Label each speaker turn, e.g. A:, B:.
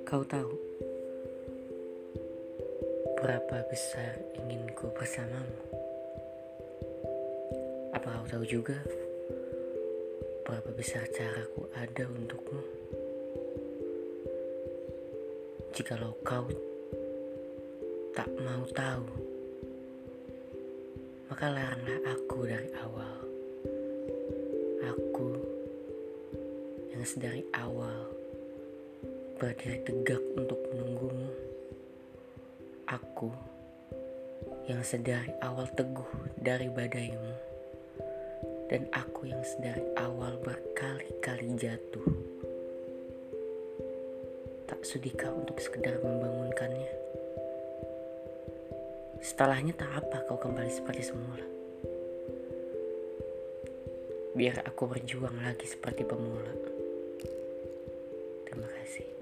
A: Kau tahu berapa besar inginku bersamamu? Apa kau tahu juga berapa besar caraku ada untukmu? Jikalau kau tak mau tahu, maka laranglah aku dari awal. Aku yang sedari awal berdiri tegak untuk menunggumu. Aku yang sedari awal teguh dari badaimu. Dan aku yang sedari awal berkali-kali jatuh. Tak sudikah untuk sekedar membangunkannya? Setelahnya tak apa kau kembali seperti semula. Biar aku berjuang lagi seperti pemula. Terima kasih.